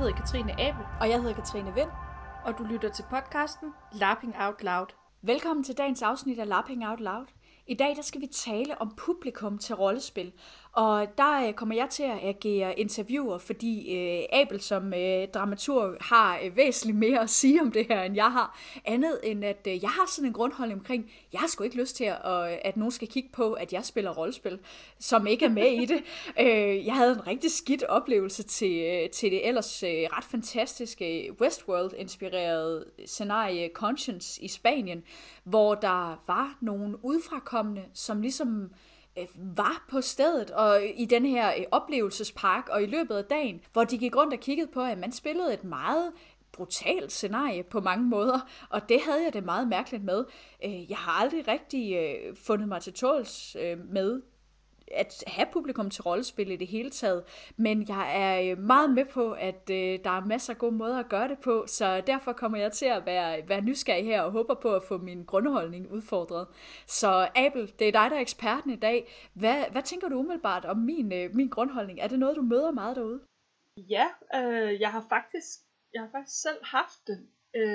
hedder Katrine Abel. Og jeg hedder Katrine Vind. Og du lytter til podcasten Lapping Out Loud. Velkommen til dagens afsnit af Lapping Out Loud. I dag der skal vi tale om publikum til rollespil. Og der kommer jeg til at agere interviewer, fordi Abel som dramaturg har væsentligt mere at sige om det her, end jeg har. Andet end at jeg har sådan en grundholdning omkring, jeg har sgu ikke lyst til, at nogen skal kigge på, at jeg spiller rollespil, som ikke er med i det. Jeg havde en rigtig skidt oplevelse til det ellers ret fantastiske Westworld-inspirerede scenarie Conscience i Spanien, hvor der var nogle udefrakommende, som ligesom var på stedet og i den her oplevelsespark, og i løbet af dagen, hvor de gik rundt og kiggede på, at man spillede et meget brutalt scenarie på mange måder, og det havde jeg det meget mærkeligt med. Jeg har aldrig rigtig fundet mig til tåls med at have publikum til rollespil i det hele taget, men jeg er meget med på, at der er masser af gode måder at gøre det på, så derfor kommer jeg til at være nysgerrig her og håber på at få min grundholdning udfordret. Så Abel, det er dig, der er eksperten i dag. Hvad tænker du umiddelbart om min grundholdning? Er det noget, du møder meget derude? Ja, jeg har faktisk selv haft den,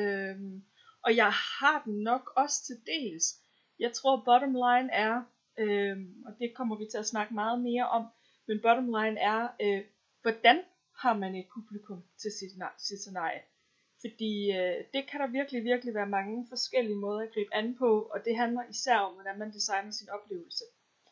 og jeg har den nok også til dels. Jeg tror bottom line er, og det kommer vi til at snakke meget mere om, men bottom line er, hvordan har man et publikum til sit scenarie? Fordi det kan der virkelig være mange forskellige måder at gribe an på, og det handler især om, hvordan man designer sin oplevelse.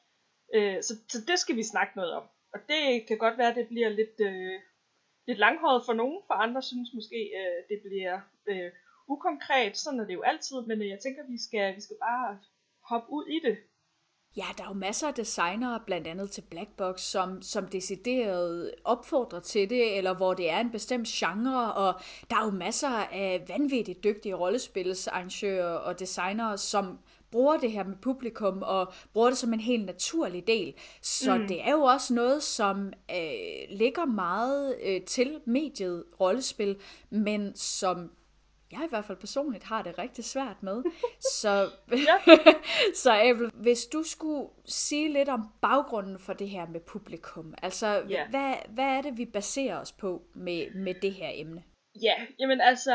Så det skal vi snakke noget om. Og det kan godt være, at det bliver lidt langhåret for nogen, for andre synes måske, det bliver ukonkret. Sådan er det jo altid, men jeg tænker, vi skal bare hoppe ud i det. Ja, der er jo masser af designere, blandt andet til Black Box, som decideret opfordrer til det, eller hvor det er en bestemt genre, og der er jo masser af vanvittigt dygtige rollespilsarrangører og designere, som bruger det her med publikum, og bruger det som en helt naturlig del. Så det er jo også noget, som ligger meget til mediet rollespil, men som jeg i hvert fald personligt har det rigtig svært med. Så Abel, hvis du skulle sige lidt om baggrunden for det her med publikum, altså hvad er det, vi baserer os på med det her emne? Ja, jamen altså,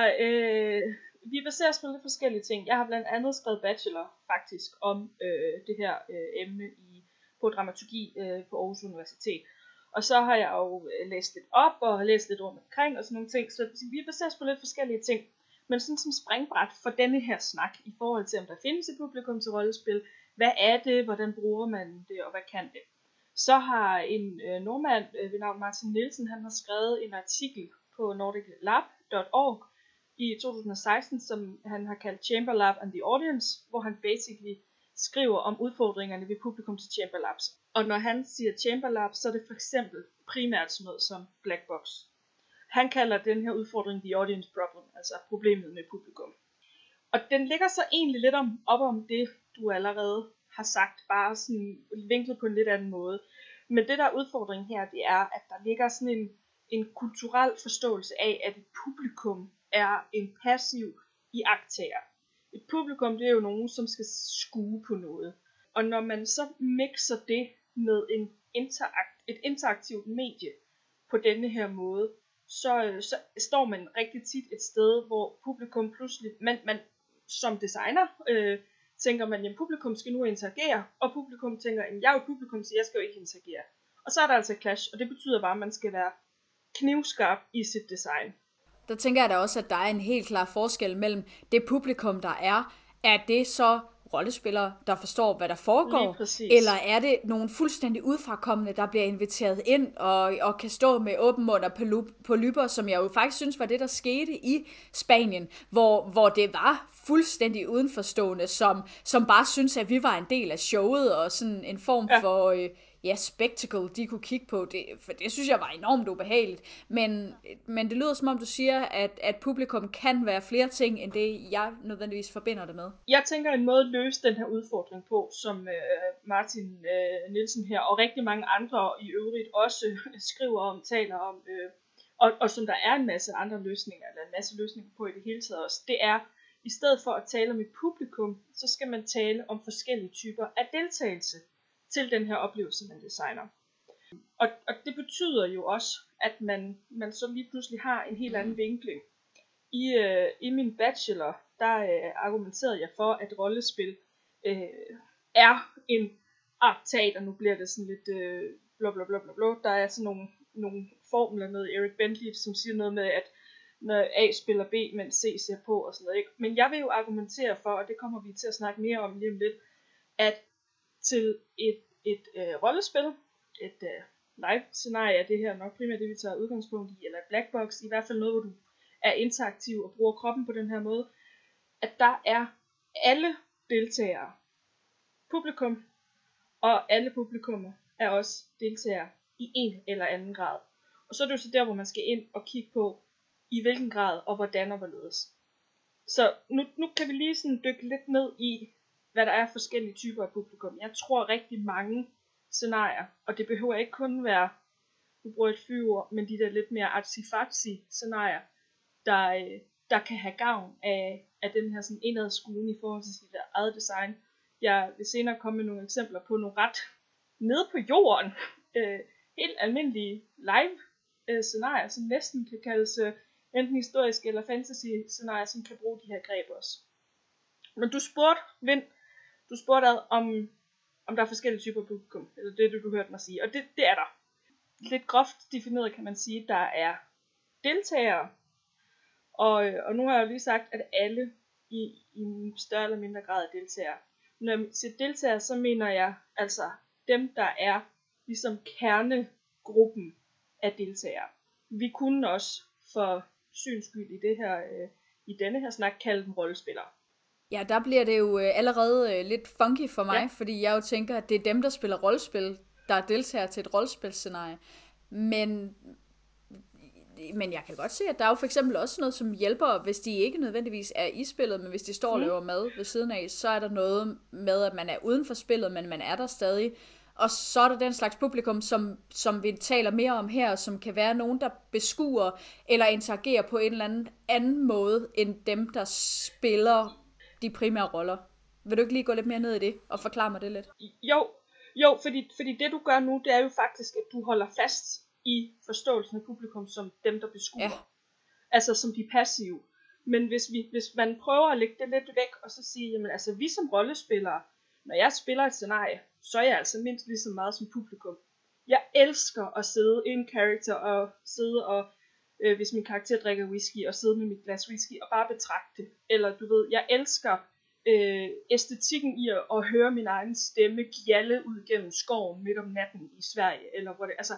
vi baserer os på lidt forskellige ting. Jeg har blandt andet skrevet bachelor faktisk om det her emne på dramaturgi på Aarhus Universitet. Og så har jeg jo læst lidt op og læst lidt rundt omkring og sådan nogle ting. Så vi baserer os på lidt forskellige ting. Men sådan som springbræt for denne her snak, i forhold til om der findes et publikum til rollespil, hvad er det, hvordan bruger man det, og hvad kan det? Så har en nordmand ved navn Martin Nielsen, han har skrevet en artikel på nordiclab.org i 2016, som han har kaldt Chamber Lab and the Audience, hvor han basically skriver om udfordringerne ved publikum til Chamber Labs. Og når han siger Chamber Labs, så er det for eksempel primært sådan noget som Black Box. Han kalder den her udfordring the audience problem, altså problemet med publikum. Og den ligger så egentlig lidt op om det, du allerede har sagt, bare sådan vinklet på en lidt anden måde. Men det der udfordring her, det er, at der ligger sådan en kulturel forståelse af, at et publikum er en passiv iagttager. Et publikum, det er jo nogen, som skal skue på noget. Og når man så mixer det med et interaktivt medie på denne her måde, så står man rigtig tit et sted, hvor publikum pludselig, man som designer, tænker man, jamen publikum skal nu interagere, og publikum tænker, jamen jeg er jo publikum, så jeg skal jo ikke interagere. Og så er der altså clash, og det betyder bare, at man skal være knivskarp i sit design. Der tænker jeg da også, at der er en helt klar forskel mellem det publikum, der er det så rollespillere, der forstår, hvad der foregår, eller er det nogle fuldstændig udefrakommende, der bliver inviteret ind og kan stå med åben mund og polypper, som jeg jo faktisk synes var det, der skete i Spanien, hvor det var fuldstændig udenforstående, som bare synes, at vi var en del af showet, og sådan en form for spectacle, de kunne kigge på. For det synes jeg var enormt ubehageligt. Men det lyder som om, du siger, at publikum kan være flere ting, end det jeg nødvendigvis forbinder det med. Jeg tænker en måde at løse den her udfordring på, som Martin Nielsen her, og rigtig mange andre i øvrigt også skriver om, taler om, og som der er en masse andre løsninger, eller en masse løsninger på i det hele taget også, det er, i stedet for at tale om et publikum, så skal man tale om forskellige typer af deltagelse til den her oplevelse, man designer. Og det betyder jo også, at man så lige pludselig har en helt anden vinkling. I min bachelor, der argumenterede jeg for, at rollespil er en teater. Nu bliver det sådan lidt bla bla bla bla bla. Der er sådan nogle formler, noget Eric Bentley, som siger noget med, at når A spiller B, mens C ser på og sådan noget. Ikke? Men jeg vil jo argumentere for, og det kommer vi til at snakke mere om lige om lidt, at til et rollespil, et live-scenarie er det her nok primært det, vi tager udgangspunkt i, eller black box, i hvert fald noget, hvor du er interaktiv og bruger kroppen på den her måde, at der er alle deltagere publikum, og alle publikummer er også deltagere i en eller anden grad. Og så er det jo så der, hvor man skal ind og kigge på, i hvilken grad og hvordan og hvorledes. Så nu kan vi lige sådan dykke lidt ned i, hvad der er forskellige typer af publikum. Jeg tror rigtig mange scenarier, og det behøver ikke kun være, du bruger et fyord, men de der lidt mere artsy-fartsy scenarier, der kan have gavn af den her sådan indadskuende i forhold til sit eget design. Jeg vil senere komme med nogle eksempler på nogle ret nede på jorden, helt almindelige live scenarier, som næsten kan kaldes enten historiske eller fantasy scenarier, som kan bruge de her greb også. Men du spurgte, Vind, om der er forskellige typer publikum, eller det du hørte mig sige, og det er der. Lidt groft defineret kan man sige, der er deltagere, og nu har jeg jo lige sagt, at alle i større eller mindre grad er deltagere. Når jeg siger deltagere, så mener jeg altså dem, der er ligesom kernegruppen af deltagere. Vi kunne også for syns skyld i denne her snak kalde dem rollespillere. Ja, der bliver det jo allerede lidt funky for mig, fordi jeg jo tænker, at det er dem, der spiller rollespil, der deltager til et rollespilscenarie. Men jeg kan godt se, at der er jo for eksempel også noget, som hjælper, hvis de ikke nødvendigvis er i spillet, men hvis de står og laver mad ved siden af, så er der noget med, at man er uden for spillet, men man er der stadig. Og så er der den slags publikum, som vi taler mere om her, som kan være nogen, der beskuer eller interagerer på en eller anden måde, end dem, der spiller de primære roller. Vil du ikke lige gå lidt mere ned i det, og forklare mig det lidt? Jo, fordi det du gør nu, det er jo faktisk, at du holder fast i forståelsen af publikum som dem, der beskuer. Ja. Altså som de passive. Men hvis man prøver at lægge det lidt væk, og så sige, jamen altså vi som rollespillere, når jeg spiller et scenarie, så er jeg altså mindst lige så meget som publikum. Jeg elsker at sidde in character, og sidde og, hvis min karakter drikker whisky, og sidde med mit glas whisky, og bare betragte. Eller du ved, jeg elsker æstetikken i at høre min egen stemme gjalle ud gennem skoven midt om natten i Sverige, eller hvor det, altså,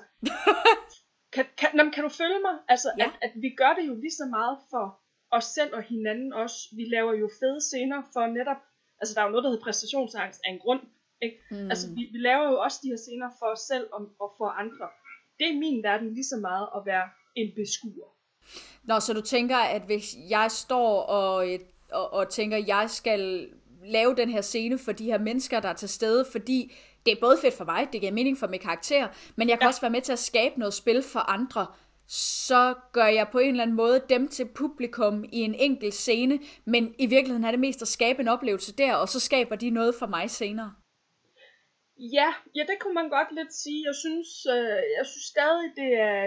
kan du følge mig? Altså, ja. at vi gør det jo lige så meget for os selv og hinanden også. Vi laver jo fede scener for netop, altså der er jo noget, der hedder præstationsangst af en grund, ikke? Altså, vi laver jo også de her scener for os selv og for andre. Det er i min verden lige så meget at være en beskuer. Nå, så du tænker, at hvis jeg står og tænker, at jeg skal lave den her scene for de her mennesker, der er til stede, fordi det er både fedt for mig, det giver mening for min karakter, men jeg kan også være med til at skabe noget spil for andre, så gør jeg på en eller anden måde dem til publikum i en enkelt scene, men i virkeligheden er det mest at skabe en oplevelse der, og så skaber de noget for mig senere. Ja, det kunne man godt lidt sige. Jeg synes stadig, det er...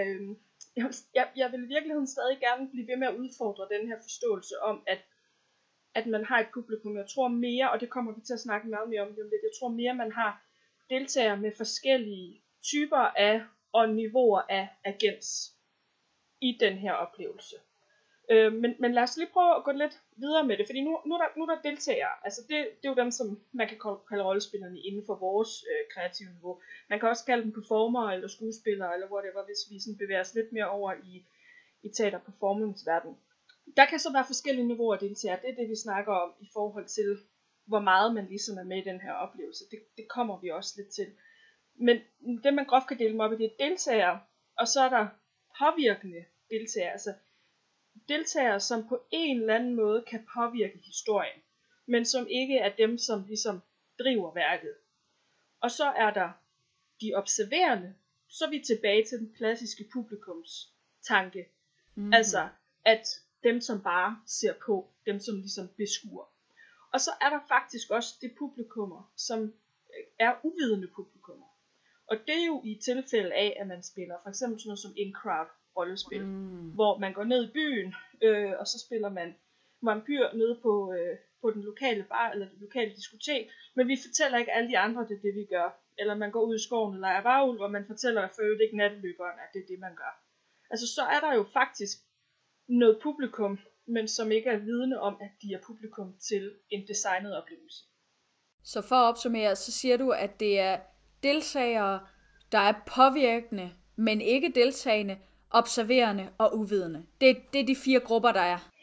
Jeg vil i virkeligheden stadig gerne blive ved med at udfordre den her forståelse om, at man har et publikum. Jeg tror mere, og det kommer vi til at snakke meget mere om lidt, jeg tror mere, man har deltagere med forskellige typer af og niveauer af agens i den her oplevelse. Men lad os lige prøve at gå lidt videre med det, fordi nu er der deltagere. Altså det er jo dem, som man kan kalde rollespillerne inden for vores kreative niveau. Man kan også kalde dem performer eller skuespillere, eller whatever, hvis vi sådan bevæger os lidt mere over i teater-performance-verden. Der kan så være forskellige niveauer af deltagere. Det er det, vi snakker om i forhold til, hvor meget man ligesom er med i den her oplevelse. Det kommer vi også lidt til. Men det, man groft kan dele dem op i, det er deltagere, og så er der påvirkende deltagere. Altså deltagere, som på en eller anden måde kan påvirke historien, men som ikke er dem, som ligesom driver værket. Og så er der de observerende, så er vi tilbage til den klassiske publikumstanke. Altså, at dem, som bare ser på, dem, som ligesom beskuer. Og så er der faktisk også det publikummer, som er uvidende publikummer. Og det er jo i tilfælde af, at man spiller for eksempel sådan noget som in-crowd rollespil, hvor man går ned i byen, og så spiller man vampyr nede på den lokale bar eller det lokale diskotek, men vi fortæller ikke alle de andre, det er det vi gør. Eller man går ud i skoven og leger varulv, og man fortæller for øvrigt ikke natteløberen, at det er det man gør. Altså så er der jo faktisk noget publikum, men som ikke er vidne om, at de er publikum til en designet oplevelse. Så for at opsummere, så siger du, at det er deltagere, der er påvirkende, men ikke deltagende, observerende og uvidende. Det er de 4 grupper, der er.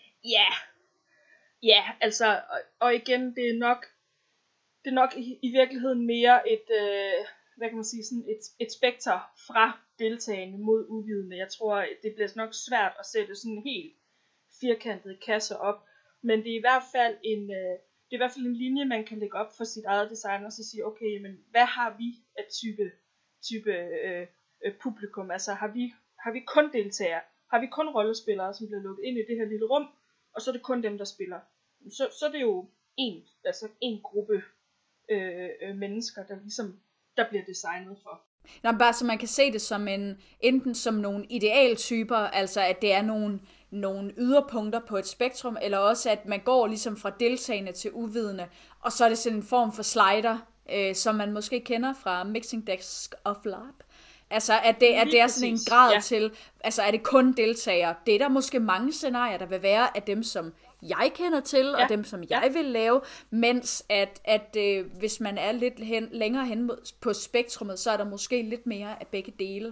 Ja, altså, og igen, det er nok i virkeligheden mere et, hvad kan man sige, sådan et spekter fra deltagende mod uvidende. Jeg tror, det bliver nok svært at sætte sådan en helt firkantet kasse op, men det er i hvert fald en linje, man kan lægge op for sit eget design, og så sige, okay, men hvad har vi af type publikum? Altså har vi kun deltagere? Har vi kun rollespillere, som bliver lukket ind i det her lille rum, og så er det kun dem, der spiller? Så er det jo en gruppe mennesker, der bliver designet for. Nå, bare så man kan se det som enten som nogle idealtyper, altså at det er nogle yderpunkter på et spektrum, eller også at man går ligesom fra deltagende til uvidende, og så er det sådan en form for slider, som man måske kender fra Mixing Desk of Lab. Altså at det er sådan en grad til, altså er det kun deltagere. Det er der måske mange scenarier, der vil være af dem, som jeg kender til, og dem, som jeg vil lave, mens at hvis man er lidt længere hen på spektrummet, så er der måske lidt mere af begge dele.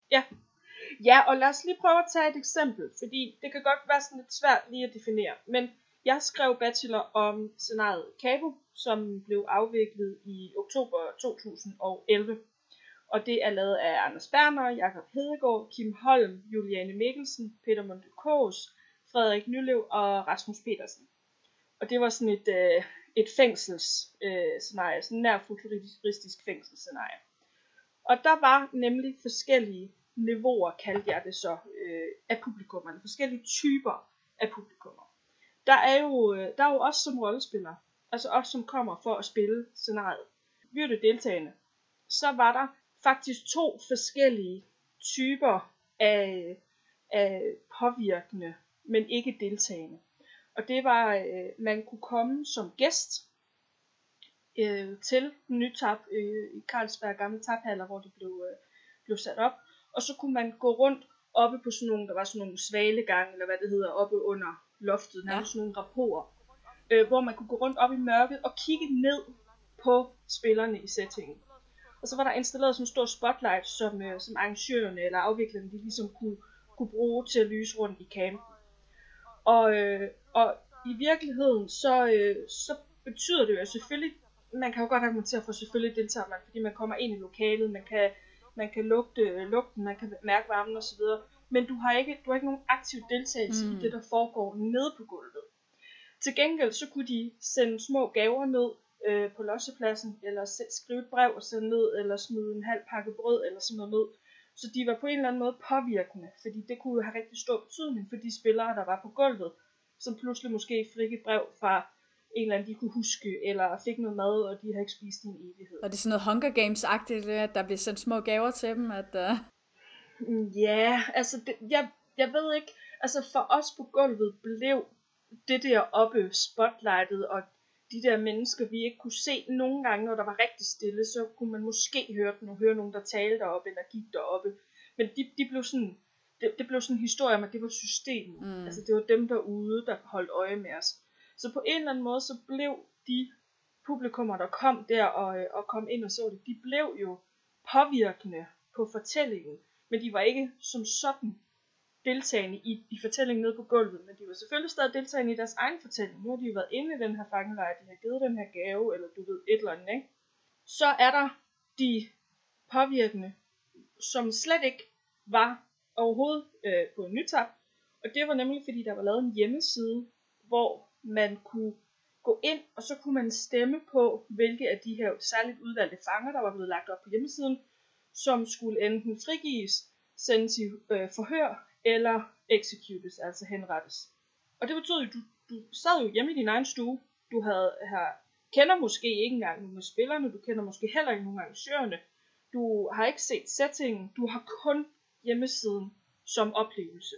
Ja, og lad os lige prøve at tage et eksempel, fordi det kan godt være sådan lidt svært lige at definere, men jeg skrev bachelor om scenariet Cabo, som blev afviklet i oktober 2011. Og det er lavet af Anders Berner, Jakob Hedegaard, Kim Holm, Juliane Mikkelsen, Peter Munde Kaas, Frederik Nylev og Rasmus Petersen. Og det var sådan et fængselsscenarie, sådan en nær futuristisk fængselsscenarie. Og der var nemlig forskellige niveauer, kaldte jeg det så, af publikummerne, forskellige typer af publikummer. Der er jo også som rollespillere, altså os som kommer for at spille scenariet. Vi er det deltagende. Så var der faktisk 2 forskellige typer af påvirkende, men ikke deltagende. Og det var, man kunne komme som gæst til Nytap i Carlsberg gamle taphaller, hvor det blev sat op. Og så kunne man gå rundt oppe på sådan nogle, der var sådan nogle svalegange, eller hvad det hedder, oppe under loftet, nærmest sådan nogle rapporter, hvor man kunne gå rundt op i mørket og kigge ned på spillerne i settingen. Og så var der installeret sådan en stor spotlight, som arrangørerne eller afviklerne, de ligesom kunne bruge til at lyse rundt i campen. Og i virkeligheden, så betyder det jo, at selvfølgelig, man kan jo godt argumentere for, selvfølgelig deltager man, fordi man kommer ind i lokalet, man kan lugte lugten, man kan mærke varmen osv., men du har ikke nogen aktiv deltagelse i det, der foregår nede på gulvet. Til gengæld, så kunne de sende små gaver ned på lossepladsen, eller skrive et brev og sende ned, eller smide en halv pakke brød, eller sådan noget ned. Så de var på en eller anden måde påvirkende, fordi det kunne have rigtig stor betydning for de spillere, der var på gulvet, som pludselig måske fik et brev fra en eller anden, de kunne huske, eller fik noget mad, og de havde ikke spist i en evighed. Og det er sådan noget Hunger Games-agtigt, at der bliver sendt små gaver til dem, at... Ja, altså, jeg ved ikke, altså for os på gulvet blev det der oppe spotlightet, og de der mennesker, vi ikke kunne se nogle gange, når der var rigtig stille, så kunne man måske høre nogen, der talte deroppe, eller gik deroppe. Men de blev sådan, det blev sådan en historie om, at det var systemet. Altså det var dem derude, der holdt øje med os. Så på en eller anden måde, så blev de publikummer, der kom der og kom ind og så det, de blev jo påvirkende på fortællingen, men de var ikke som sådan deltagende i fortællingen nede på gulvet, men de var selvfølgelig stadig deltagende i deres egen fortælling. Nu har de jo været inde i den her fangelejr, de har givet den her gave, eller du ved, et eller andet, ikke? Så er der de påvirkende, som slet ikke var overhovedet på en Nytap, og det var nemlig fordi, der var lavet en hjemmeside, hvor man kunne gå ind, og så kunne man stemme på, hvilke af de her særligt udvalgte fanger, der var blevet lagt op på hjemmesiden, som skulle enten frigives, sendes i forhør, eller executes, altså henrettes. Og det betød jo, du sad jo hjemme i din egen stue, du kender måske ikke engang nogle af spillerne, du kender måske heller ikke nogle af arrangørerne, Du har ikke set settingen, du har kun hjemmesiden som oplevelse.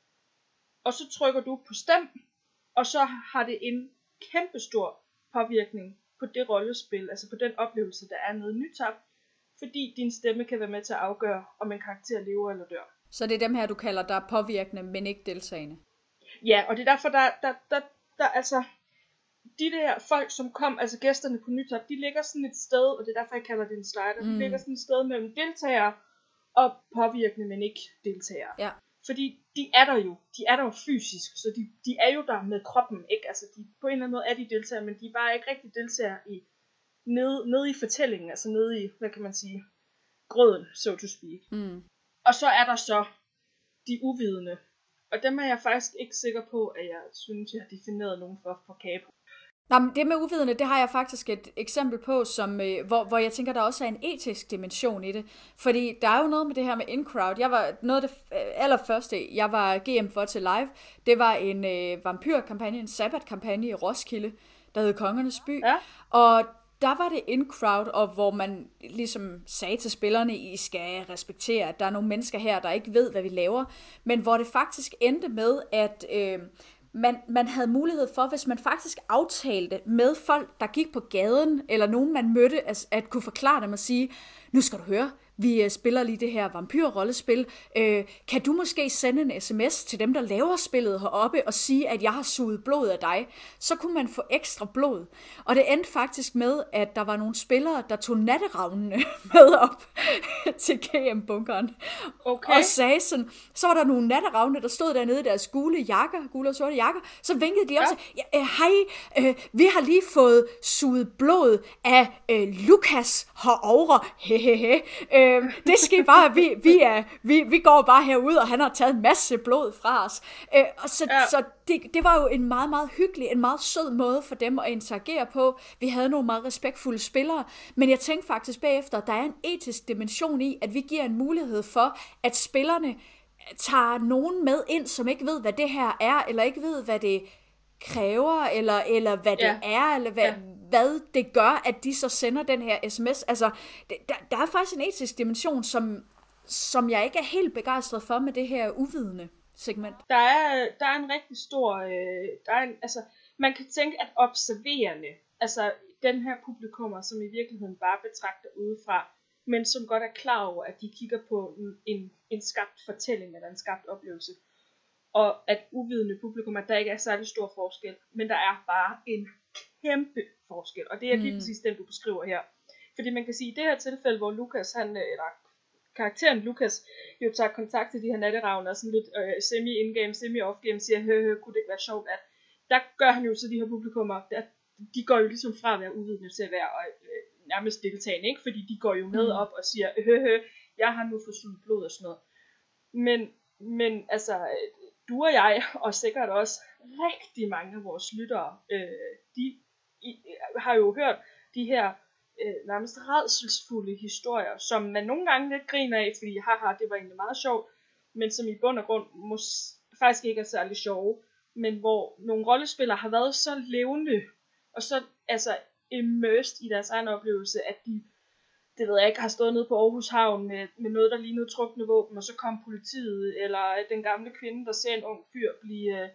Og så trykker du på stem, og så har det en kæmpestor påvirkning på det rollespil, altså på den oplevelse, der er nede i Nytap, fordi din stemme kan være med til at afgøre, om en karakter lever eller dør. Så det er dem her, du kalder, der er påvirkende, men ikke deltagende? Ja, og det er derfor, der altså, de der folk, som kom, altså gæsterne på Nytop, de ligger sådan et sted, og det er derfor, jeg kalder det en slider, de ligger sådan et sted mellem deltagere og påvirkende, men ikke deltagere. Ja. Fordi de er der jo fysisk, så de er jo der med kroppen, ikke? Altså på en eller anden måde er de deltagere, men de er bare ikke rigtig deltagere nede i fortællingen, altså nede i, hvad kan man sige, grøden, so to speak. Og så er der så de uvidende, og dem er jeg faktisk ikke sikker på, at jeg synes, jeg har defineret nogen for Capo. Nå, men det med uvidende, det har jeg faktisk et eksempel på, som, hvor jeg tænker, der også er en etisk dimension i det. Fordi der er jo noget med det her med in-crowd. Jeg var noget af det allerførste, jeg var GM for til live. Det var en vampyrkampagne, en sabbatkampagne i Roskilde, der hed Kongernes By. Ja. Og der var det in-crowd, og hvor man ligesom sagde til spillerne, I skal respektere, at der er nogle mennesker her, der ikke ved, hvad vi laver. Men hvor det faktisk endte med, at man havde mulighed for, hvis man faktisk aftalte med folk, der gik på gaden, eller nogen man mødte, at kunne forklare dem og sige, nu skal du høre, vi spiller lige det her vampyrrollespil. Kan du måske sende en sms til dem, der laver spillet heroppe, og sige, at jeg har suget blod af dig? Så kunne man få ekstra blod. Og det endte faktisk med, at der var nogle spillere, der tog natteravnene med op til GM-bunkeren. Okay. Og sagde sådan, så var der nogle natteravne, der stod dernede i deres gule og sorte jakker. Så vinkede de op og sagde, hej, vi har lige fået suget blod af Lukas herovre. Hehehe. Det skal bare, vi går bare herude, og han har taget en masse blod fra os. Så det var jo en meget, meget hyggelig, en meget sød måde for dem at interagere på. Vi havde nogle meget respektfulde spillere, men jeg tænkte faktisk bagefter, at der er en etisk dimension i, at vi giver en mulighed for, at spillerne tager nogen med ind, som ikke ved, hvad det her er, eller ikke ved, hvad det kræver, eller hvad det er, eller hvad det gør, at de så sender den her sms. Altså, der er faktisk en etisk dimension, som jeg ikke er helt begejstret for med det her uvidende segment. Der er en rigtig stor, altså, man kan tænke, at observerende, altså den her publikummer, som i virkeligheden bare betragter udefra, men som godt er klar over, at de kigger på en skabt fortælling, eller en skabt oplevelse, og at uvidende publikum, at der ikke er særlig stor forskel, men der er bare en kæmpe forskel, og det er lige præcis den, du beskriver her. Fordi man kan sige, i det her tilfælde, hvor Lukas, eller karakteren Lukas, jo tager kontakt til de her natteravne, og sådan lidt semi-in-game, semi-off-game, siger, kunne det ikke være sjovt, at der gør han jo så de her publikummer, de går jo ligesom fra at være uvidende til at være nærmest deltagende, ikke? Fordi de går jo med op og siger, jeg har nu fået suget blod og sådan noget. Men altså, du og jeg, og sikkert også rigtig mange af vores lyttere, de har jo hørt de her nærmest rædselsfulde historier, som man nogle gange lidt griner af, fordi haha, det var egentlig meget sjovt, men som i bund og grund faktisk ikke er særlig sjove, men hvor nogle rollespillere har været så levende, og så altså immersed i deres egen oplevelse, at de, det ved jeg ikke, har stået nede på Aarhus Havn med noget, der lignede trukne våben, og så kom politiet, eller den gamle kvinde, der ser en ung fyr blive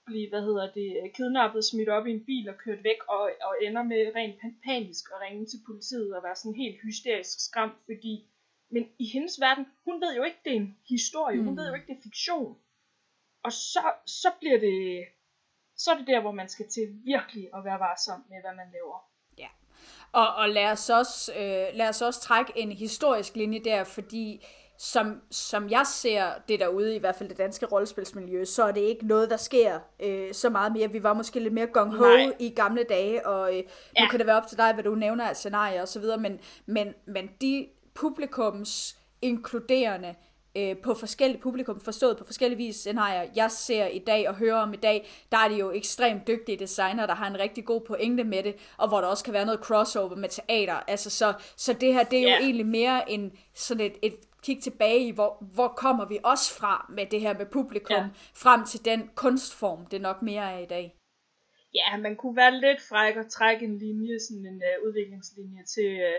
kidnappet, smidt op i en bil og kørt væk, og ender med rent panisk at ringe til politiet og være sådan helt hysterisk skræmt, fordi, men i hendes verden, hun ved jo ikke, det er en historie, hun ved jo ikke, det er fiktion. Og så bliver det, så er det der, hvor man skal til virkelig at være varsom med, hvad man laver. Ja, og lad os også trække en historisk linje der, fordi som jeg ser det derude, i hvert fald det danske rollespilsmiljø, så er det ikke noget, der sker så meget mere. Vi var måske lidt mere gung-ho i gamle dage, og nu kan det være op til dig, hvad du nævner af scenarier og så videre, men de publikums inkluderende på forskellige publikum, forstået på forskellige vis scenarier, jeg ser i dag og hører om i dag, der er de jo ekstremt dygtige designer, der har en rigtig god pointe med det, og hvor der også kan være noget crossover med teater. Altså, så det her, det er jo egentlig mere en sådan et kig tilbage i, hvor kommer vi også fra med det her med publikum, frem til den kunstform, det nok mere er i dag. Ja, man kunne være lidt fræk og trække en linje, sådan en udviklingslinje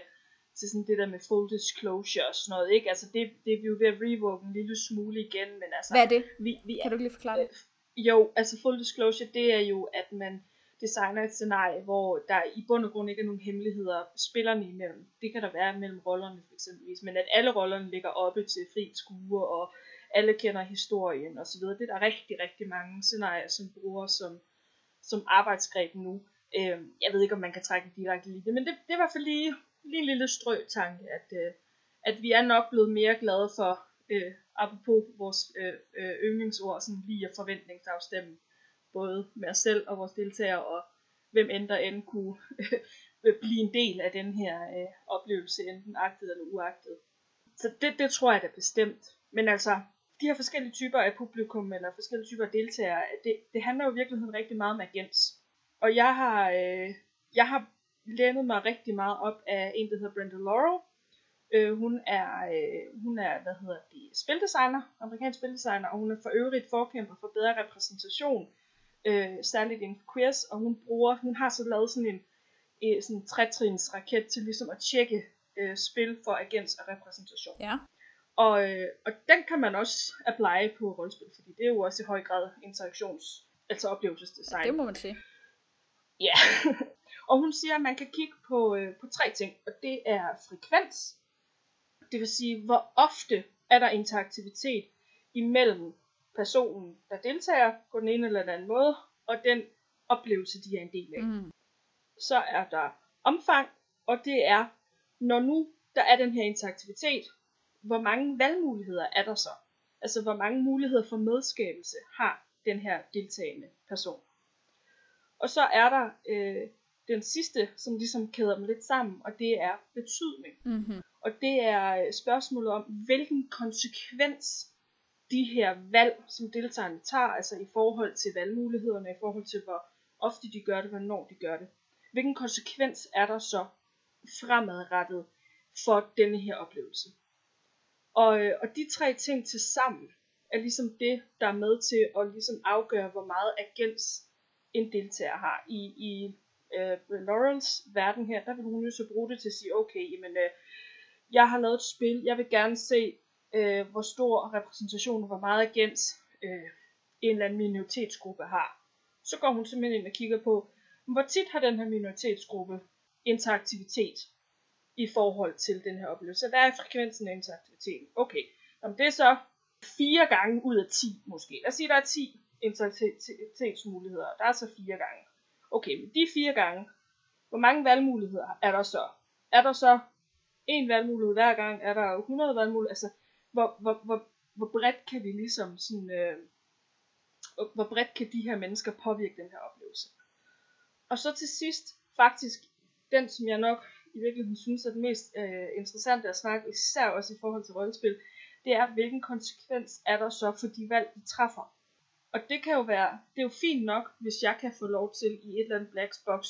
til sådan det der med full disclosure og sådan noget, ikke? Altså det er vi jo ved at revoke en lille smule igen, men altså... Hvad er det? Vi kan du ikke lige forklare det? Jo, altså full disclosure, det er jo, at man designer et scenarie, hvor der i bund og grund ikke er nogen hemmeligheder spillerne imellem. Det kan der være mellem rollerne for eksempelvis, men at alle rollerne ligger oppe til fri skue, og alle kender historien og så videre. Det er der rigtig, rigtig mange scenarier, som bruger som arbejdsgreb nu. Jeg ved ikke, om man kan trække en direkte linje, men det er i hvert fald lige en lille strøtanke, at vi er nok blevet mere glade for, apropos vores yndlingsord, sådan lige at forventningsafstemme, både med os selv og vores deltagere, og hvem end der end kunne blive en del af den her oplevelse, enten agtet eller uagtet. Så det tror jeg da bestemt. Men altså, de her forskellige typer af publikum, eller forskellige typer af deltagere, det handler jo i virkeligheden rigtig meget om agens. Og jeg har lænet mig rigtig meget op af en, der hedder Brenda Laurel. Hun er spildesigner, amerikansk spildesigner, og hun er for øvrigt forkæmper for bedre repræsentation, særligt inden for queers, og hun har så lavet sådan en tretrins raket til ligesom at tjekke spil for agens og repræsentation. Ja. Og den kan man også apply på rollespil, fordi det er jo også i høj grad altså oplevelsesdesign. Ja, det må man sige. Ja. Og hun siger, at man kan kigge på 3 ting, og det er frekvens, det vil sige, hvor ofte er der interaktivitet imellem personen, der deltager på den ene eller den anden måde, og den oplevelse, de er en del af. Mm. Så er der omfang, og det er, når nu der er den her interaktivitet, hvor mange valgmuligheder er der så? Altså, hvor mange muligheder for medskabelse har den her deltagende person? Og så er der den sidste, som ligesom kæder dem lidt sammen, og det er betydning. Mm-hmm. Og det er spørgsmålet om, hvilken konsekvens de her valg, som deltagerne tager, altså i forhold til valgmulighederne, i forhold til hvor ofte de gør det, hvornår de gør det. Hvilken konsekvens er der så fremadrettet for denne her oplevelse? Og de 3 ting til sammen er ligesom det, der er med til at ligesom afgøre, hvor meget agens en deltager har. I Laurels verden her, der vil hun jo så bruge det til at sige, okay, jamen, jeg har lavet et spil, jeg vil gerne se, hvor stor repræsentation og hvor meget agens en eller anden minoritetsgruppe har. Så går hun simpelthen ind og kigger på, hvor tit har den her minoritetsgruppe interaktivitet i forhold til den her oplevelse. Hvad er frekvensen af interaktiviteten? Okay, om det er så 4 gange ud af 10 måske. Lad os sige, der er 10 interaktivitetsmuligheder, der er så 4 gange. Okay, men de 4 gange, hvor mange valgmuligheder er der så? Er der så 1 valgmulighed hver gang? Er der 100 valgmuligheder? Altså, hvor bredt kan vi ligesom sådan, hvor bredt kan de her mennesker påvirke den her oplevelse? Og så til sidst, faktisk, den som jeg nok i virkeligheden synes er den mest interessante at snakke, især også i forhold til rollespil, det er, hvilken konsekvens er der så for de valg, de træffer. Og det kan jo være, det er jo fint nok, hvis jeg kan få lov til i et eller andet black box,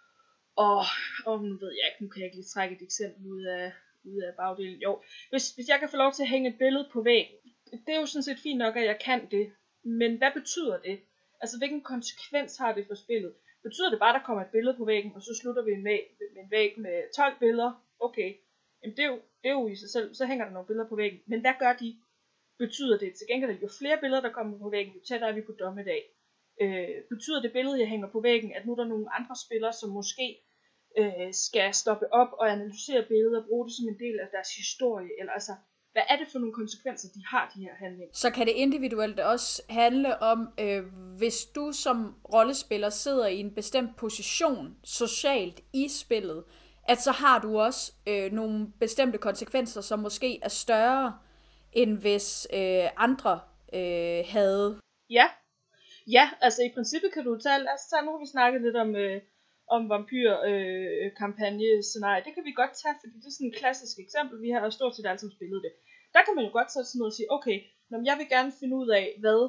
og nu ved jeg ikke, nu kan jeg ikke lige trække et eksempel ud af bagdelen. Jo, hvis jeg kan få lov til at hænge et billede på væggen, det er jo sådan set fint nok, at jeg kan det. Men hvad betyder det? Altså, hvilken konsekvens har det for spillet? Betyder det bare, at der kommer et billede på væggen, og så slutter vi med en væg med 12 billeder? Okay, jamen det er jo i sig selv, så hænger der nogle billeder på væggen. Men hvad gør de? Betyder det til gengæld, jo flere billeder, der kommer på væggen, jo tættere er vi på dommedag? Betyder det billede, jeg hænger på væggen, at nu er der nogle andre spillere, som måske skal stoppe op og analysere billeder og bruge det som en del af deres historie? Eller altså, hvad er det for nogle konsekvenser, de har, de her handlinger? Så kan det individuelt også handle om, hvis du som rollespiller sidder i en bestemt position socialt i spillet, at så har du også nogle bestemte konsekvenser, som måske er større, end hvis andre havde. Ja, altså i princippet kan du tage, nu har vi snakket lidt om vampyr-kampagne-scenarie. Det kan vi godt tage, fordi det er sådan et klassisk eksempel. Vi har stort set alle sammen spillet det. Der kan man jo godt sætte sådan noget og sige, okay, jeg vil gerne finde ud af, hvad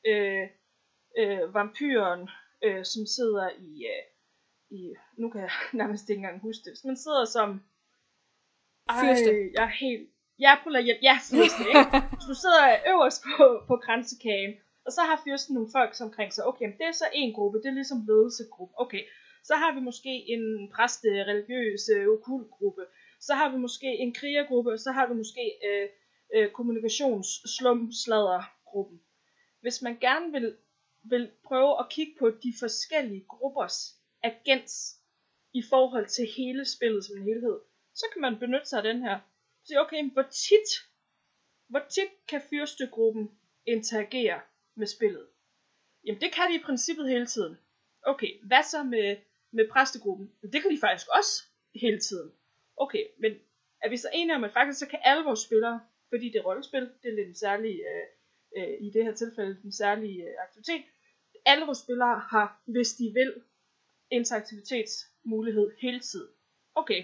vampyren, som sidder i, nu kan jeg nærmest ikke engang huske det, hvis man sidder som fyrste. Jeg er helt, fyrste, ikke? Hvis du sidder øverst på kransekagen, og så har fyrsten nogle folk omkring sig, okay, det er så en gruppe, det er ligesom ledelsegruppe, okay, så har vi måske en præste, religiøs, okkult gruppe, Så har vi måske en krigergruppe, og så har vi måske kommunikationsslumsladdergruppen. Hvis man gerne vil prøve at kigge på de forskellige gruppers agens i forhold til hele spillet som en helhed, så kan man benytte sig af den her. Så okay, hvor tit kan fyrstegruppen interagere med spillet? Jamen det kan de i princippet hele tiden. Okay, hvad så med præstegruppen? Det kan de faktisk også hele tiden. Okay, men er vi så enige om, at faktisk så kan alle vores spillere, fordi det er rollespil, det er lidt en særlig, i det her tilfælde, en særlig aktivitet, alle vores spillere har, hvis de vil, interaktivitetsmulighed hele tiden. Okay,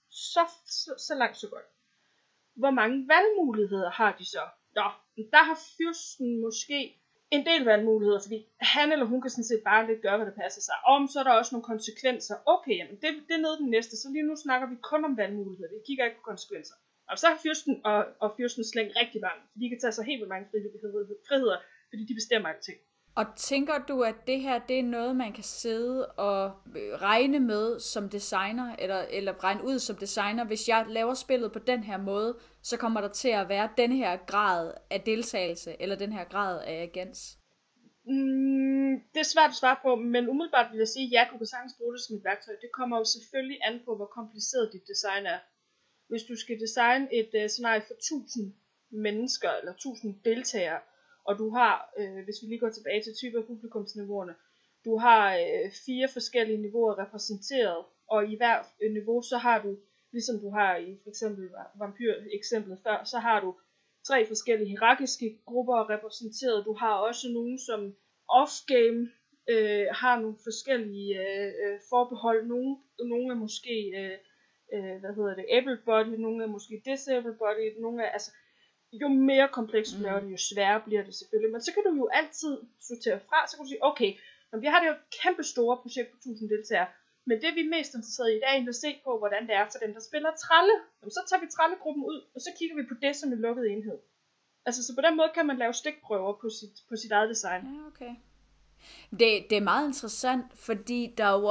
så langt så godt. Hvor mange valgmuligheder har de så? Der har fyrsten måske en del valgmuligheder, fordi han eller hun kan sådan set bare lidt gøre, hvad der passer sig. Så er der også nogle konsekvenser. Okay, jamen det er nede den næste, så lige nu snakker vi kun om valgmuligheder. Vi kigger ikke på konsekvenser. Og så har fyrsten og fyrsten slængt rigtig mange, for de kan tage sig helt vildt mange friheder, fordi de bestemmer alting. Og tænker du, at det her, det er noget, man kan sidde og regne med som designer, eller regne ud som designer, hvis jeg laver spillet på den her måde, så kommer der til at være den her grad af deltagelse, eller den her grad af agens? Det er svært at svare på, men umiddelbart vil jeg sige, ja, du kan sagtens bruge det som et værktøj. Det kommer jo selvfølgelig an på, hvor kompliceret dit design er. Hvis du skal designe et scenarie for 1000 mennesker, eller 1000 deltagere, og du har, hvis vi lige går tilbage til typer af publikumsniveauerne, du har 4 forskellige niveauer repræsenteret, og i hver niveau, så har du, ligesom du har i for eksempel vampyr-eksemplet før, så har du 3 forskellige hierarkiske grupper repræsenteret. Du har også nogle, som off-game har nogle forskellige forbehold. Nogle er måske, able-bodied, nogle er måske disabled-bodied, nogle er, altså, jo mere komplekst du laver det, jo sværere bliver det selvfølgelig. Men så kan du jo altid sortere fra, så kan du sige, okay, vi har det jo et kæmpe store projekt på 1000 deltagere, men det vi er mest interesseret i, det er at se på, hvordan det er for dem, der spiller tralle. Så tager vi trallegruppen ud, og så kigger vi på det som en lukket enhed. Altså, så på den måde kan man lave stikprøver på sit eget design. Ja, okay. Det er meget interessant, fordi der er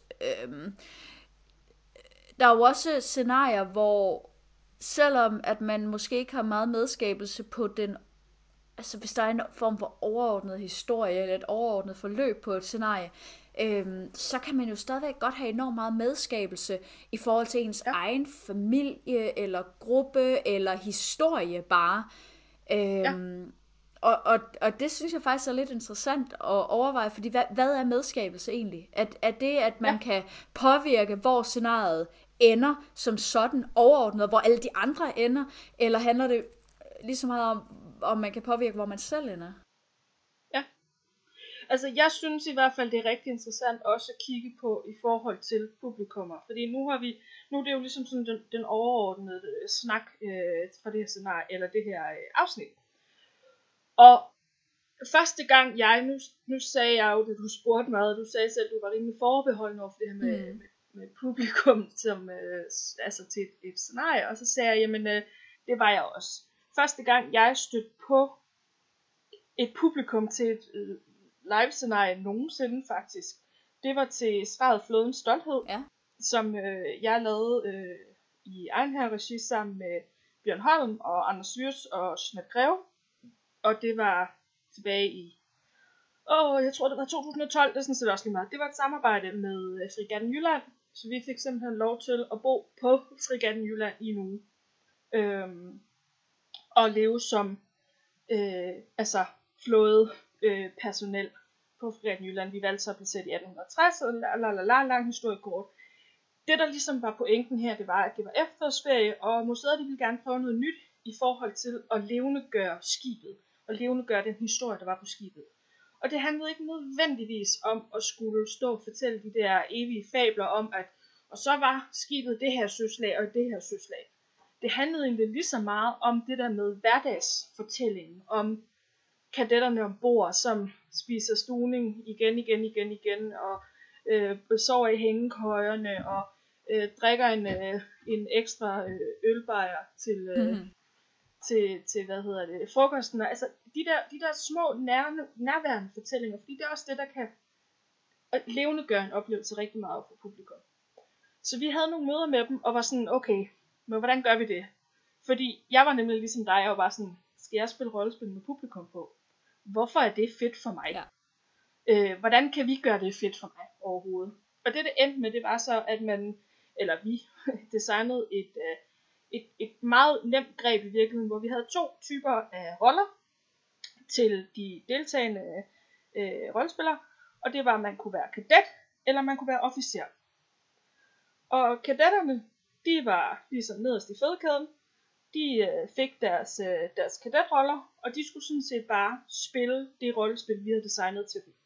jo også scenarier, hvor selvom at man måske ikke har meget medskabelse på den, altså hvis der er en form for overordnet historie, eller et overordnet forløb på et scenarie, så kan man jo stadigvæk godt have enormt meget medskabelse i forhold til ens egen familie, eller gruppe, eller historie bare. Og det synes jeg faktisk er lidt interessant at overveje, fordi hvad er medskabelse egentlig? Er det, at man kan påvirke, hvor scenariet ender som sådan overordnet, hvor alle de andre ender, eller handler det lige så meget om man kan påvirke, hvor man selv ender? Ja. Altså jeg synes i hvert fald, det er rigtig interessant også at kigge på i forhold til publikummer, fordi nu er det jo ligesom sådan den overordnede snak fra det her scenarie, eller det her afsnit. Og første gang nu sagde jeg jo, det du spurgte mig, og du sagde selv, at du var rimelig forbeholden over for det her med publikum som, altså til et scenarie, og så sagde jeg, jamen det var jeg også. Første gang jeg stødte på et publikum til et live-scenarie nogensinde faktisk, det var til Svaret Flådens Stolthed, som jeg lavede i egen her regi sammen med Bjørn Holm og Anders Syrs og Jeanette Greve. Og det var tilbage i, jeg tror det var 2012, det er sådan set også lige meget. Det var et samarbejde med Fregatten Jylland, så vi fik simpelthen lov til at bo på Fregatten Jylland i en uge. Og leve som flåde personel på Fregatten Jylland. Vi valgte så at blive sat i 1860, og lang historie kort. Det der ligesom var pointen her, det var, at det var efterårsferie, og museet ville gerne prøve noget nyt i forhold til at levendegøre skibet, og levendegøre den historie, der var på skibet. Og det handlede ikke nødvendigvis om at skulle stå og fortælle de der evige fabler om, at og så var skibet det her søslag og det her søslag. Det handlede egentlig lige så meget om det der med hverdagsfortællingen, om kadetterne ombord, som spiser stuning igen, og sover i hængekøjerne, og drikker en ekstra ølbajer til frokosten. Altså de der små nærværende fortællinger, fordi det er også det, der kan levendegøre en oplevelse rigtig meget for publikum. Så vi havde nogle møder med dem, og var sådan, okay, Men hvordan gør vi det? Fordi jeg var nemlig ligesom dig, jeg var bare sådan, skal jeg spille rollespil med publikum på? Hvorfor er det fedt for mig? Ja. Hvordan kan vi gøre det fedt for mig overhovedet? Og det endte med, det var så, at vi designede et meget nemt greb i virkeligheden, hvor vi havde 2 typer af roller til de deltagende rollespillere. Og det var, at man kunne være kadet, eller man kunne være officer. Og kadetterne, de var ligesom nederst i fødekæden. De fik deres kadetroller, og de skulle sådan set bare spille det rollespil, vi havde designet til dem.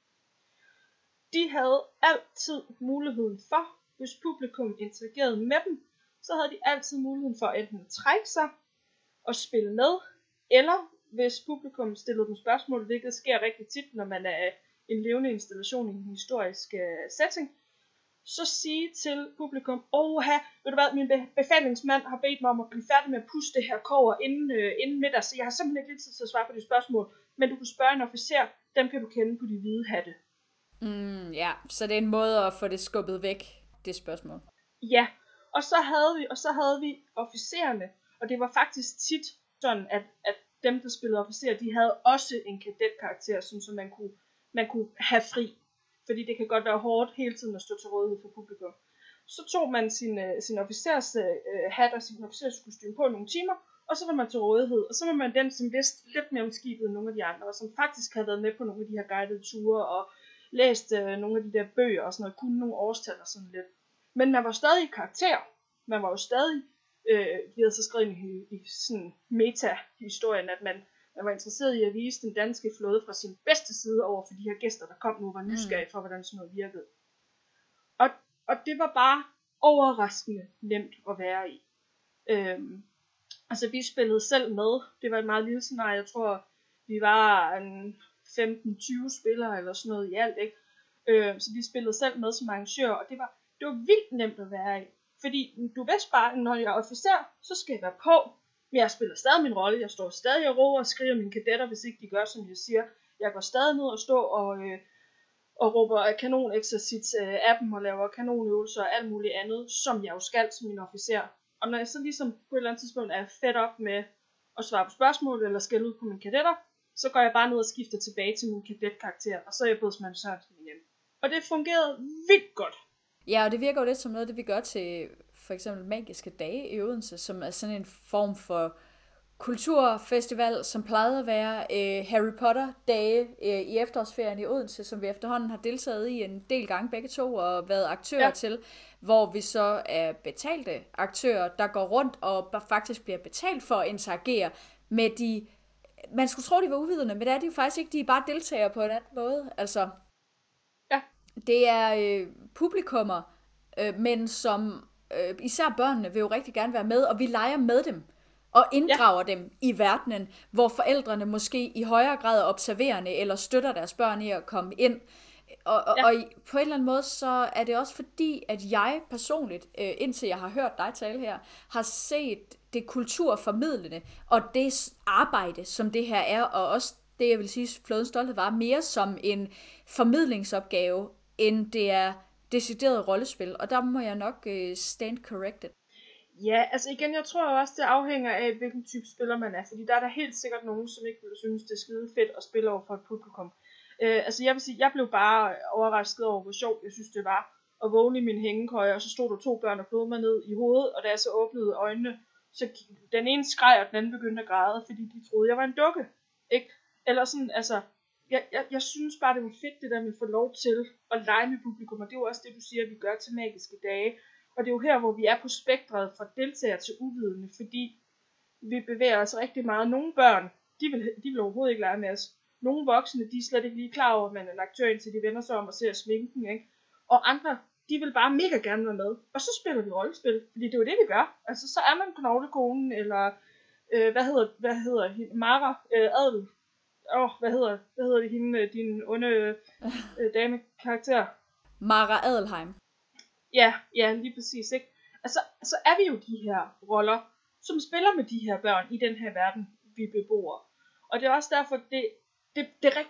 De havde altid muligheden for, hvis publikum interagerede med dem, så havde de altid muligheden for enten at trække sig og spille med, eller hvis publikum stillede dem spørgsmål, hvilket sker rigtig tit, når man er en levende installation i en historisk setting, så sige til publikum, ved du hvad, min befalingsmand har bedt mig om at blive færdig med at puste det her kobber inden middag, så jeg har simpelthen ikke tid til at svare på de spørgsmål, men du kan spørge en officer, dem kan du kende på de hvide hatte. Ja, så det er en måde at få det skubbet væk, det spørgsmål. Ja, og så havde vi officererne, og det var faktisk tit sådan, at dem, der spillede officerer, de havde også en kadetkarakter, så man kunne have fri. Fordi det kan godt være hårdt hele tiden at stå til rådighed for publikum. Så tog man sin officers hat og sin officerskostyme på nogle timer, og så var man til rådighed. Og så var man den, som vidste lidt mere om skibet end nogle af de andre, og som faktisk havde været med på nogle af de her guidede ture, og læst nogle af de der bøger og sådan noget, kunne nogle årstal og sådan lidt. Men man var stadig i karakter. Man var jo stadig, vi havde så skrevet i sådan meta-historien, at man var interesseret i at vise den danske flåde fra sin bedste side over for de her gæster, der kom nu, var nysgerrige for, hvordan sådan noget virkede. Og det var bare overraskende nemt at være i. Altså vi spillede selv med. Det var et meget lille scenarie. Jeg tror, vi var 15-20 spillere eller sådan noget i alt, ikke? Så vi spillede selv med som arrangør, og det var vildt nemt at være i. Fordi du vidste bare, når jeg er officer, så skal jeg være på. Men jeg spiller stadig min rolle. Jeg står stadig og råber og skriger mine kadetter, hvis ikke de gør, som jeg siger. Jeg går stadig ned og står og råber kanonexercits af dem og laver kanonøvelser og alt muligt andet, som jeg jo skal som min officer. Og når jeg så ligesom på et eller andet tidspunkt er fed op med at svare på spørgsmål eller skælde ud på mine kadetter, så går jeg bare ned og skifter tilbage til min kadetkarakter, og så er jeg Bådsmand Sørensen igen. Og det fungerede vildt godt. Ja, og det virker jo lidt som noget, det vi gør til for eksempel Magiske Dage i Odense, som er sådan en form for kulturfestival, som plejede at være Harry Potter-dage i efterårsferien i Odense, som vi efterhånden har deltaget i en del gange begge to og været aktører til, hvor vi så er betalte aktører, der går rundt og faktisk bliver betalt for at interagere med de... Man skulle tro, de var uvidende, men det er de jo faktisk ikke. De er bare deltagere på en anden måde. Altså, det er publikummer, men som især børnene vil jo rigtig gerne være med, og vi leger med dem og inddrager dem i verdenen, hvor forældrene måske i højere grad er observerende eller støtter deres børn i at komme ind. Og på en eller anden måde, så er det også fordi, at jeg personligt, indtil jeg har hørt dig tale her, har set det kulturformidlende, og det arbejde, som det her er, og også det, jeg vil sige, Flådens Stolthed var mere som en formidlingsopgave, end det er decideret rollespil, og der må jeg nok stand corrected. Ja, altså igen, jeg tror også, det afhænger af, hvilken type spiller man er, fordi der er der helt sikkert nogen, som ikke vil synes, det er skide fedt at spille over for et publikum. Altså jeg vil sige, jeg blev bare overrasket over, hvor sjovt jeg synes, det var at vågne i min hængekøje, og så stod der 2 børn og blødte mig ned i hovedet, og da jeg så åbnede øjnene, så den ene skreg, og den anden begyndte at græde, fordi de troede, jeg var en dukke, ikke? Eller sådan, altså, jeg synes bare, det var fedt, det der med at få lov til at lege med publikum, og det er jo også det, du siger, vi gør til Magiske Dage. Og det er jo her, hvor vi er på spektret fra deltager til uvidende, fordi vi bevæger os rigtig meget. Nogle børn, de vil overhovedet ikke lege med os. Nogle voksne, de er slet ikke lige klar over, at man er en aktør, indtil de vender sig om og ser sminken, ikke? Og andre, de vil bare mega gerne være med. Og så spiller vi rollespil, fordi det er jo det, vi gør. Altså, så er man knoglekonen, eller hvad hedder hende? Mara Adel. Hvad hedder det hende, din onde dame-karakter? Mara Adelheim. Ja, lige præcis, ikke? Altså, så er vi jo de her roller, som spiller med de her børn i den her verden, vi bebor. Og det er også derfor, det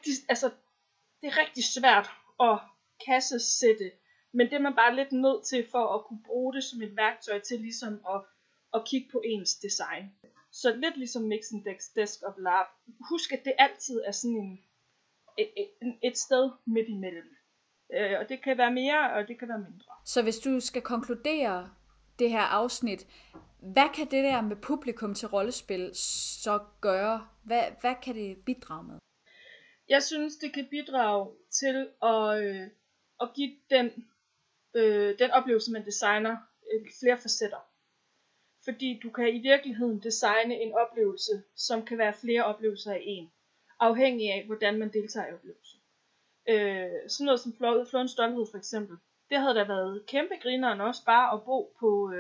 er rigtig svært at kassesætte, men det er man bare lidt nødt til for at kunne bruge det som et værktøj til ligesom at at kigge på ens design. Så lidt ligesom Mixing Desk of LARP. Husk, at det altid er sådan et sted midt imellem. Og det kan være mere, og det kan være mindre. Så hvis du skal konkludere det her afsnit, hvad kan det der med publikum til rollespil så gøre? Hvad kan det bidrage med? Jeg synes, det kan bidrage til at give den oplevelse, man designer, flere facetter. Fordi du kan i virkeligheden designe en oplevelse, som kan være flere oplevelser af en, afhængig af, hvordan man deltager i oplevelsen. Sådan noget som Flådens Stolthed for eksempel. Det havde da været kæmpe grineren også bare at bo på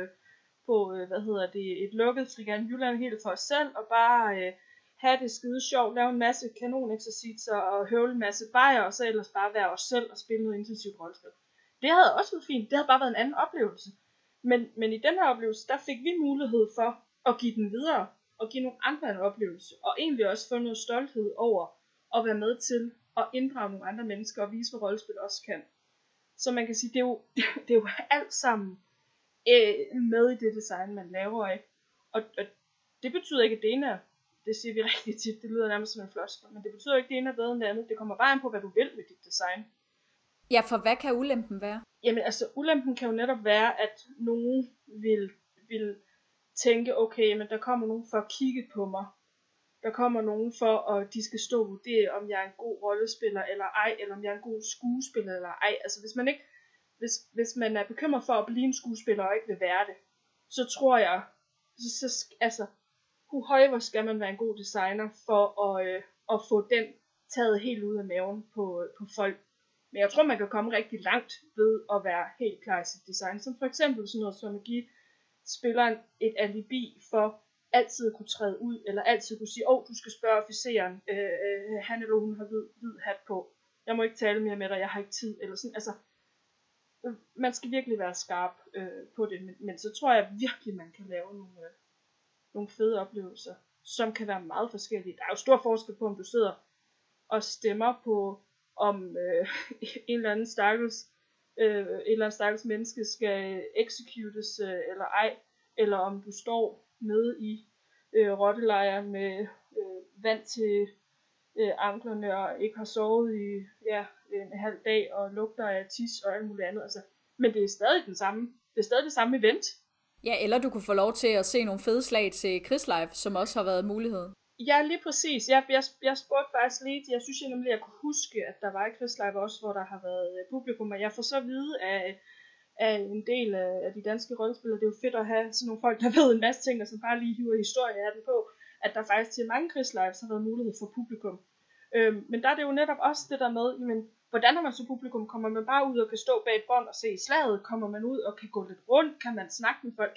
et lukket Frigatten Jylland helt for os selv, og bare have det skide sjovt, lave en masse kanoneksercitser og høvle en masse bajer, og så ellers bare være os selv og spille noget intensivt rollespil. Det havde også været fint. Det havde bare været en anden oplevelse. Men i den her oplevelse, der fik vi mulighed for at give den videre, og give nogle andre en oplevelse, og egentlig også få noget stolthed over at være med til at inddrage nogle andre mennesker og vise, hvad rollespil også kan. Så man kan sige, det er jo alt sammen med i det design, man laver, ikke? Og det betyder ikke, at det ene er, det siger vi rigtig tit, det lyder nærmest som en floskel, men det betyder ikke, at det ene er bedre end det andet. Det kommer bare an på, hvad du vil med dit design. Ja, for hvad kan ulempen være? Jamen altså, ulempen kan jo netop være, at nogen vil tænke, okay, men der kommer nogen for at kigge på mig. Der kommer nogen for, at de skal stå og vurdere, om jeg er en god rollespiller eller ej, eller om jeg er en god skuespiller eller ej. Altså hvis man er bekymret for at blive en skuespiller og ikke vil være det, så tror jeg, hvor skal man være en god designer for at få den taget helt ud af maven på folk. Men jeg tror, man kan komme rigtig langt ved at være helt klar i sit design. Som for eksempel sådan noget som at give spilleren et alibi for altid at kunne træde ud, eller altid kunne sige, du skal spørge officeren, han eller hun har hvid hat på. Jeg må ikke tale mere med dig, jeg har ikke tid. Eller sådan. Altså, man skal virkelig være skarp på det, men så tror jeg virkelig, man kan lave nogle fede oplevelser, som kan være meget forskellige. Der er jo stor forskel på, om du sidder og stemmer på, om en eller anden stakkels menneske skal executes eller ej, eller om du står nede i rottelejre med vand til anklerne og ikke har sovet i en halv dag og lugter af tis og alt muligt andet. Altså, men det er stadig det er det samme event. Ja, eller du kunne få lov til at se nogle fede slag til Krigslive, som også har været mulighed. Ja, lige præcis. Jeg spurgte faktisk lidt. Jeg synes nemlig, at jeg kunne huske, at der var i Krigslive også, hvor der har været publikum. Og jeg får så at vide af en del af de danske rollespillere, det er jo fedt at have sådan nogle folk, der ved en masse ting, og som bare lige hiver historie af den på, at der faktisk til mange Krigslives har været mulighed for publikum. Men der er det jo netop også det der med, jamen, hvordan er man så publikum? Kommer man bare ud og kan stå bag et bånd og se slaget? Kommer man ud og kan gå lidt rundt? Kan man snakke med folk?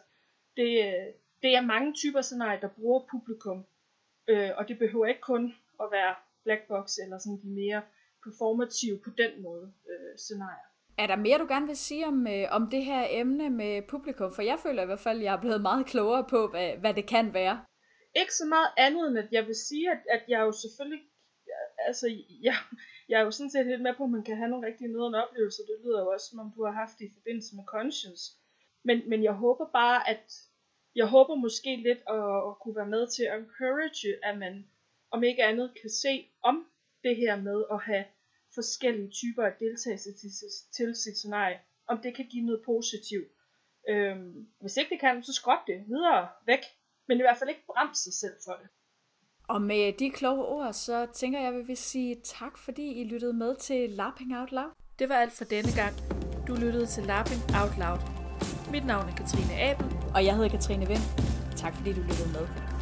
Det er mange typer scenarier, der bruger publikum. Og det behøver ikke kun at være black box eller sådan de mere performative på den måde scenarier. Er der mere, du gerne vil sige om det her emne med publikum? For jeg føler i hvert fald, at jeg er blevet meget klogere på, hvad det kan være. Ikke så meget andet, end at jeg vil sige, at jeg jo selvfølgelig, altså jeg er jo sådan set helt med på, at man kan have nogle rigtig nederen oplevelser. Det lyder jo også, som om du har haft det i forbindelse med Conscience. Men jeg håber bare, jeg håber måske lidt at kunne være med til at encourage, at man om ikke andet kan se om det her med at have forskellige typer af deltagelse til sit scenarie, om det kan give noget positivt. Hvis ikke det kan, så skrot det videre væk, men i hvert fald ikke bremse sig selv for det. Og med de kloge ord, så tænker jeg, at vi vil sige tak, fordi I lyttede med til LARPing Out Loud. Det var alt for denne gang. Du lyttede til LARPing Out Loud. Mit navn er Katrine Abel. Og jeg hedder Katrine Vind. Tak fordi du lyttede med.